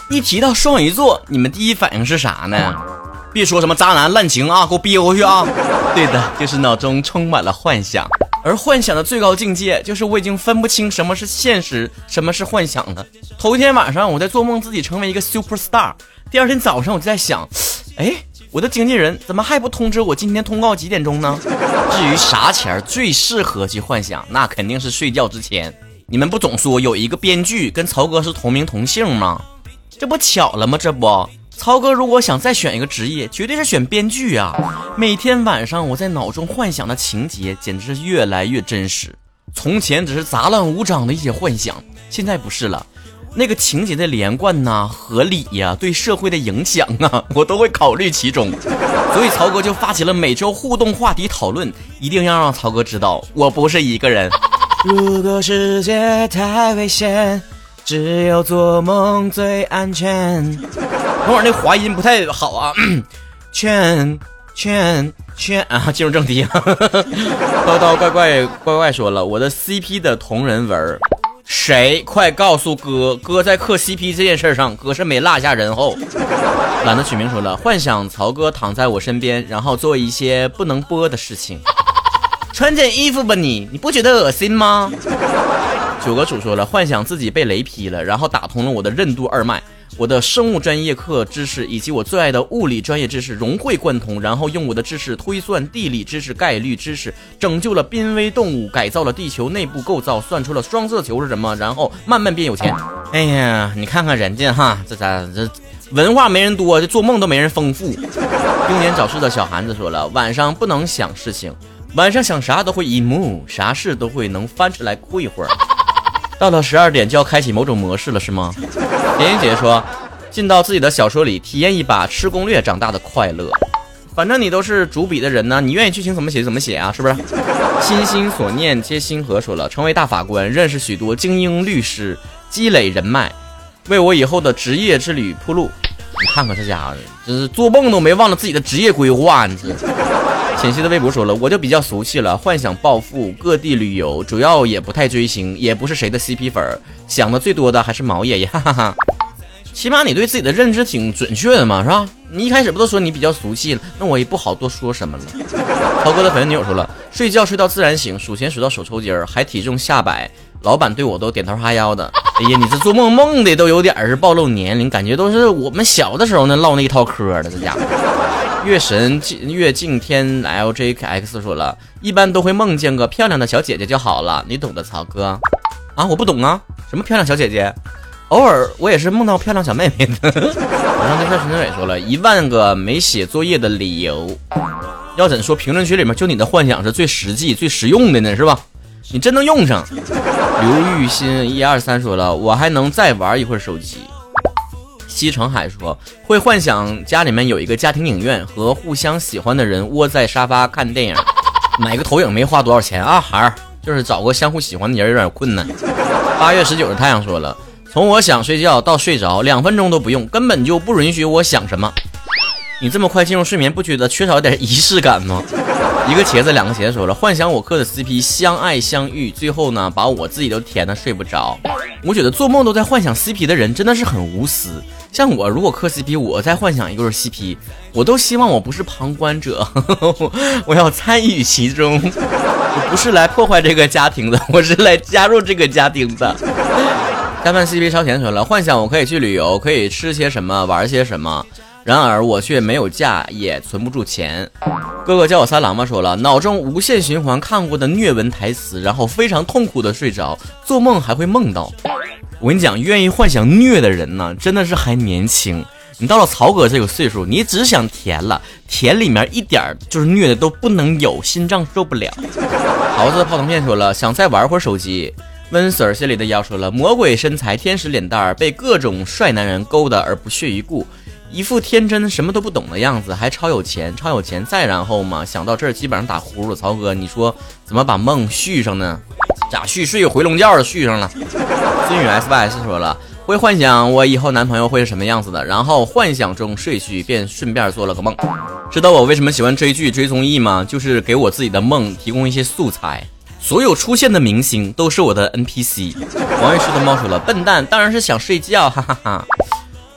一提到双鱼座，你们第一反应是啥呢？别说什么渣男滥情啊，给我憋回去啊！对的，就是脑中充满了幻想。而幻想的最高境界就是我已经分不清什么是现实，什么是幻想了。头一天晚上我在做梦自己成为一个 super star， 第二天早上我就在想，我的经纪人怎么还不通知我今天通告几点钟呢？至于啥前最适合去幻想，那肯定是睡觉之前。你们不总说有一个编剧跟曹哥是同名同姓吗？这不巧了吗？这不，曹哥如果想再选一个职业，绝对是选编剧啊！每天晚上我在脑中幻想的情节简直是越来越真实。从前只是杂乱无章的一些幻想，现在不是了。那个情节的连贯呐、合理呀、对社会的影响啊，我都会考虑其中。所以曹哥就发起了每周互动话题讨论，一定要让曹哥知道我不是一个人。如果世界太危险，只有做梦最安全。等会儿那滑音不太好啊，劝啊，进入正题。叨叨怪怪说了，我的 CP 的同人文。谁快告诉哥在磕 CP 这件事上，哥是没落下人后。懒得取名说了，幻想曹哥躺在我身边，然后做一些不能播的事情。穿件衣服吧你不觉得恶心吗？九哥主说了，幻想自己被雷劈了，然后打通了我的任督二脉，我的生物专业课知识以及我最爱的物理专业知识融会贯通，然后用我的知识推算地理知识、概率知识，拯救了濒危动物，改造了地球内部构造，算出了双色球是什么，然后慢慢变有钱。哎呀，你看看人家哈，这文化没人多，这做梦都没人丰富。英年早逝的小孩子说了，晚上不能想事情，晚上想啥都会emo，啥事都会能翻出来哭一会儿。到了12点就要开启某种模式了是吗？连云姐说，进到自己的小说里体验一把吃攻略长大的快乐。反正你都是主笔的人呢，你愿意剧情怎么写怎么写啊，是不是？心心所念皆星河说了，成为大法官，认识许多精英律师，积累人脉，为我以后的职业之旅铺路。你看看这家伙，就是做梦都没忘了自己的职业规划，你这。浅汐的微博说了，我就比较俗气了，幻想暴富，各地旅游，主要也不太追星，也不是谁的 CP 粉，想的最多的还是毛爷爷，哈哈哈。起码你对自己的认知挺准确的嘛，是吧？你一开始不都说你比较俗气了，那我也不好多说什么了。涛哥的粉丝女友说了，睡觉睡到自然醒，数钱数到手抽筋，还体重下百，老板对我都点头哈腰的。哎呀，你这做梦的都有点是暴露年龄，感觉都是我们小的时候呢唠那一套嗑的，这家伙。月神月敬天 LJX 说了，一般都会梦见个漂亮的小姐姐就好了，你懂的，曹哥。啊，我不懂啊，什么漂亮小姐姐？偶尔我也是梦到漂亮小妹妹的。我让那陈志伟说了1万个没写作业的理由。要怎说评论区里面就你的幻想是最实际最实用的呢，是吧？你真能用上。刘玉新123说了，我还能再玩一会儿手机。西城海说，会幻想家里面有一个家庭影院，和互相喜欢的人窝在沙发看电影。买个投影没花多少钱啊，孩儿，就是找个相互喜欢的人有点困难。8月19日太阳说了，从我想睡觉到睡着2分钟都不用，根本就不允许我想什么。你这么快进入睡眠，不觉得缺少点仪式感吗？一个茄子两个茄子说了，幻想我磕的 CP 相爱相遇，最后呢把我自己都甜的睡不着。我觉得做梦都在幻想 CP 的人真的是很无私。像我如果磕 CP， 我再幻想一个是 CP， 我都希望我不是旁观者，我要参与其中。我不是来破坏这个家庭的，我是来加入这个家庭的。干饭 CP 超前说了，幻想我可以去旅游，可以吃些什么玩些什么，然而我却没有假，也存不住钱。哥哥叫我三郎嘛说了，脑中无限循环看过的虐文台词，然后非常痛苦的睡着，做梦还会梦到。我跟你讲，愿意幻想虐的人呢，真的是还年轻。你到了曹哥这个岁数，你只想甜了，甜里面一点就是虐的都不能有，心脏受不了。桃子泡腾片说了，想再玩会儿手机。温 Sir 心里的妖说了，魔鬼身材，天使脸蛋，被各种帅男人勾搭而不屑一顾，一副天真什么都不懂的样子，还超有钱，再然后嘛，想到这儿基本上打呼噜。曹哥，你说怎么把梦续上呢？咋续？睡个回笼觉的续上了。孙宇 SYS 说了，会幻想我以后男朋友会是什么样子的，然后幻想中睡去，便顺便做了个梦。知道我为什么喜欢追剧追综艺吗？就是给我自己的梦提供一些素材。所有出现的明星都是我的 NPC。王医师的猫说了，笨蛋当然是想睡觉，哈哈哈。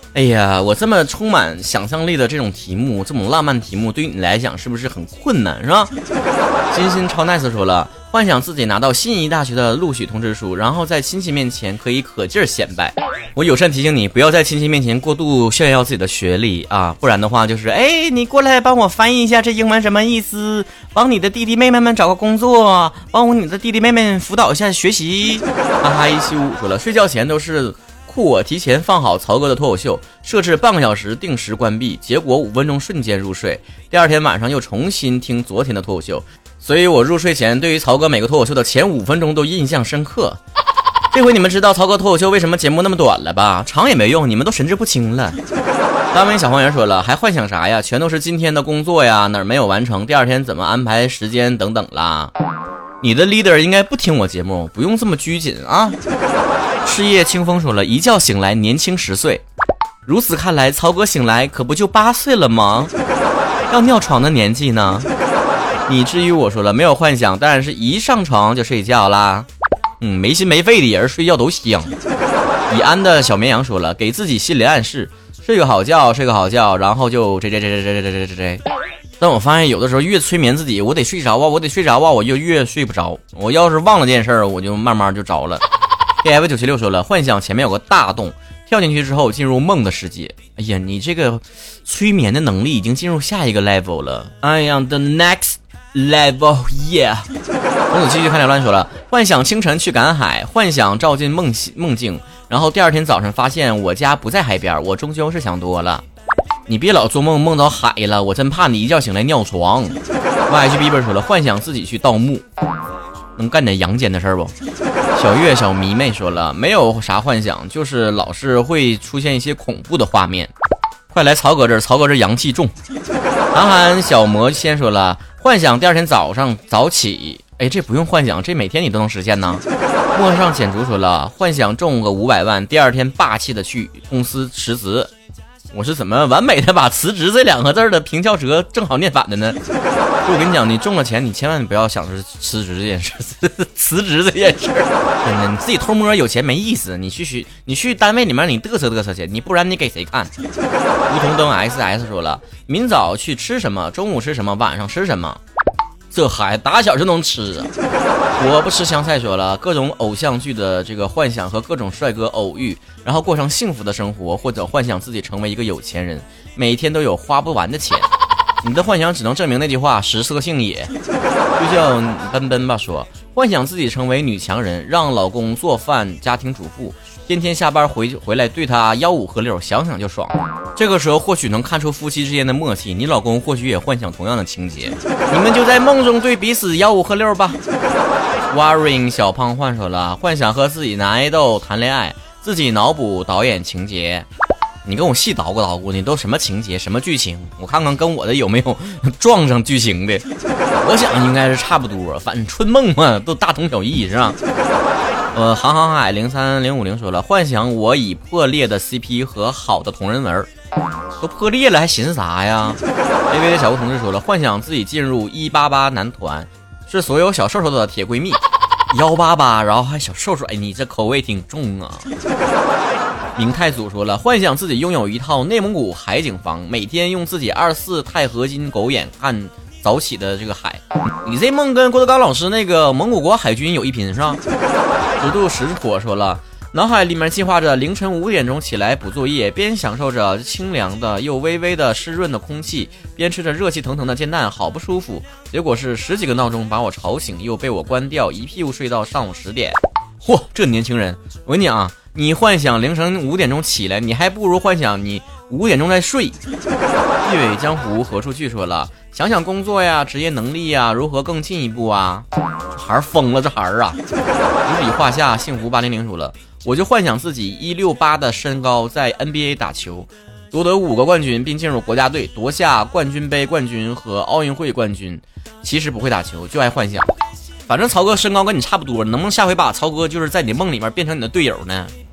哎呀，我这么充满想象力的这种题目，这种浪漫题目，对于你来讲是不是很困难，是吧？金星超 nice 说了，幻想自己拿到心仪大学的录取通知书，然后在亲戚面前可以可劲儿显摆。我友善提醒你，不要在亲戚面前过度炫耀自己的学历啊，不然的话就是，你过来帮我翻译一下这英文什么意思，帮你的弟弟妹妹们找个工作，帮你的弟弟妹妹辅导一下学习。哈哈175说了，睡觉前都是我提前放好曹哥的脱口秀，设置半个小时定时关闭，结果5分钟瞬间入睡，第二天晚上又重新听昨天的脱口秀，所以我入睡前对于曹哥每个脱口秀的前5分钟都印象深刻。这回你们知道曹哥脱口秀为什么节目那么短了吧？长也没用，你们都神志不清了。大明小黄人说了，还幻想啥呀？全都是今天的工作呀，哪儿没有完成，第二天怎么安排时间等等啦。你的 leader 应该不听我节目，不用这么拘谨啊。赤夜清风说了，一觉醒来年轻10岁，如此看来曹哥醒来可不就8岁了吗？要尿床的年纪呢。你至于我说了，没有幻想，当然是一上床就睡觉啦。没心没肺的人睡觉都香。以安的小绵羊说了，给自己心理暗示，睡个好觉，然后就这。但我发现有的时候越催眠自己，我得睡着啊，我就越睡不着。我要是忘了这件事儿，我就慢慢就着了。KF976 说了，幻想前面有个大洞，跳进去之后进入梦的世界。哎呀，你这个催眠的能力已经进入下一个 level 了。I am the next level, yeah。公子继续看聊乱说了，幻想清晨去赶海，幻想照进梦境，然后第二天早上发现我家不在海边，我终究是想多了。你别老做梦梦到海了，我真怕你一觉醒来尿床。YHB 说了，幻想自己去盗墓，能干点阳间的事儿不？小月小迷妹说了，没有啥幻想，就是老是会出现一些恐怖的画面。快来曹哥这儿，曹哥这阳气重。韩寒小魔仙说了，幻想第二天早上早起。这不用幻想，这每天你都能实现呢。陌上简竹说了，幻想中个500万，第二天霸气的去公司辞职。我是怎么完美的把辞职这2个字的平翘舌正好念反的呢？我跟你讲，你中了钱，你千万不要想着辞职这件事，辞职这件事，真的，你自己偷摸有钱没意思。你去单位里面你嘚瑟去，你不然你给谁看？梧桐灯 SS 说了，明早去吃什么，中午吃什么，晚上吃什么。这孩子打小就能吃啊！我不吃香菜说了，各种偶像剧的这个幻想和各种帅哥偶遇，然后过上幸福的生活，或者幻想自己成为一个有钱人，每天都有花不完的钱。你的幻想只能证明那句话，食色性也。就像奔奔吧说，幻想自己成为女强人，让老公做饭，家庭主妇，天天下班回来对他吆五喝六，想想就爽。这个时候或许能看出夫妻之间的默契，你老公或许也幻想同样的情节，你们就在梦中对彼此吆五喝六吧。Warring 小胖换说了，幻想和自己男爱豆谈恋爱，自己脑补导演情节。你跟我细捣鼓，你都什么情节什么剧情，我看看跟我的有没有撞上剧情的。我想应该是差不多，反正春梦嘛都大同小异是吧。航海03050说了，幻想我以破裂的 CP 和好的同人文，都破裂了还寻思啥呀？微微的小吴同志说了，幻想自己进入188男团，是所有小瘦瘦的铁闺蜜。188然后还小瘦瘦，你这口味挺重啊。明太祖说了，幻想自己拥有一套内蒙古海景房，每天用自己24钛合金狗眼看早起的这个海。你这梦跟郭德纲老师那个蒙古国海军有一拼是吧？直度石火说了，脑海里面计划着凌晨5点钟起来补作业，边享受着清凉的又微微的湿润的空气，边吃着热气腾腾的煎蛋，好不舒服。结果是10几个闹钟把我吵醒，又被我关掉，一屁股睡到上午10点。嚯，这年轻人，我跟你讲啊，你幻想凌晨5点钟起来，你还不如幻想你5点钟再睡。一尾江湖何处去说了，想想工作呀，职业能力呀，如何更进一步啊？孩儿疯了，这孩儿啊！执笔画下幸福800说了，我就幻想自己168的身高在 NBA 打球，夺得5个冠军，并进入国家队，夺下冠军杯冠军和奥运会冠军。其实不会打球，就爱幻想。反正曹哥身高跟你差不多，能不能下回把曹哥就是在你梦里面变成你的队友呢？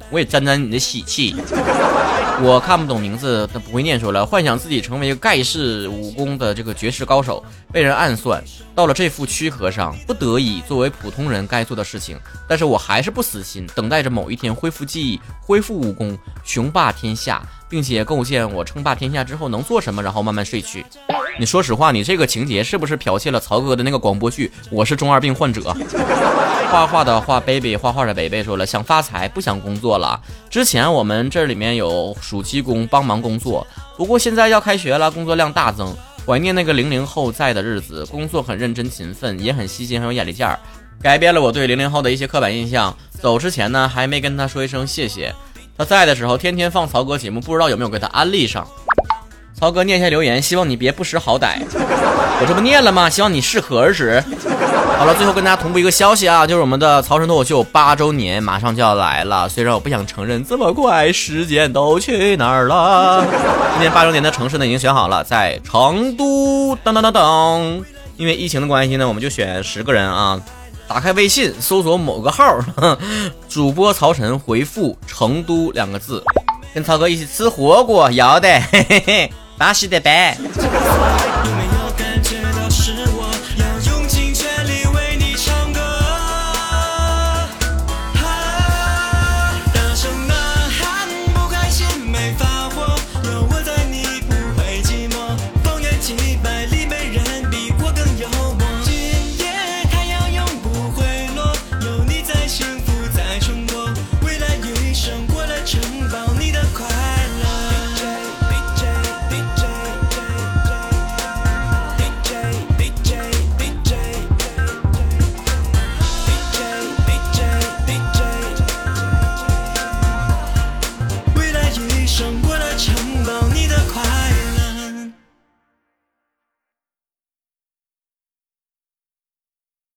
我也沾沾你的喜气。我看不懂名字，但不会念说了。幻想自己成为一个盖世武功的这个绝世高手，被人暗算，到了这副躯壳上，不得已作为普通人该做的事情。但是我还是不死心，等待着某一天恢复记忆，恢复武功，雄霸天下，并且构建我称霸天下之后能做什么，然后慢慢睡去。你说实话，你这个情节是不是剽窃了曹哥的那个广播剧《我是中二病患者》？画画的画 baby， 画画的北北说了，想发财不想工作了。之前我们这里面有暑期工帮忙工作，不过现在要开学了，工作量大增，怀念那个00后在的日子，工作很认真勤奋，也很细心，很有眼力劲儿，改变了我对00后的一些刻板印象。走之前呢，还没跟他说一声谢谢。他在的时候天天放曹哥节目，不知道有没有给他安利上。曹哥念一下留言，希望你别不识好歹。我这不念了吗？希望你适可而止。好了，最后跟大家同步一个消息啊，就是我们的曹晨脱口秀8周年马上就要来了。虽然我不想承认这么快时间都去哪儿了。今年8周年的城市呢已经选好了，在成都。当当当当。因为疫情的关系呢，我们就选10个人啊。打开微信搜索某个号，主播曹晨回复成都2个字，跟曹哥一起吃火锅，要得，嘿嘿嘿，巴适的板。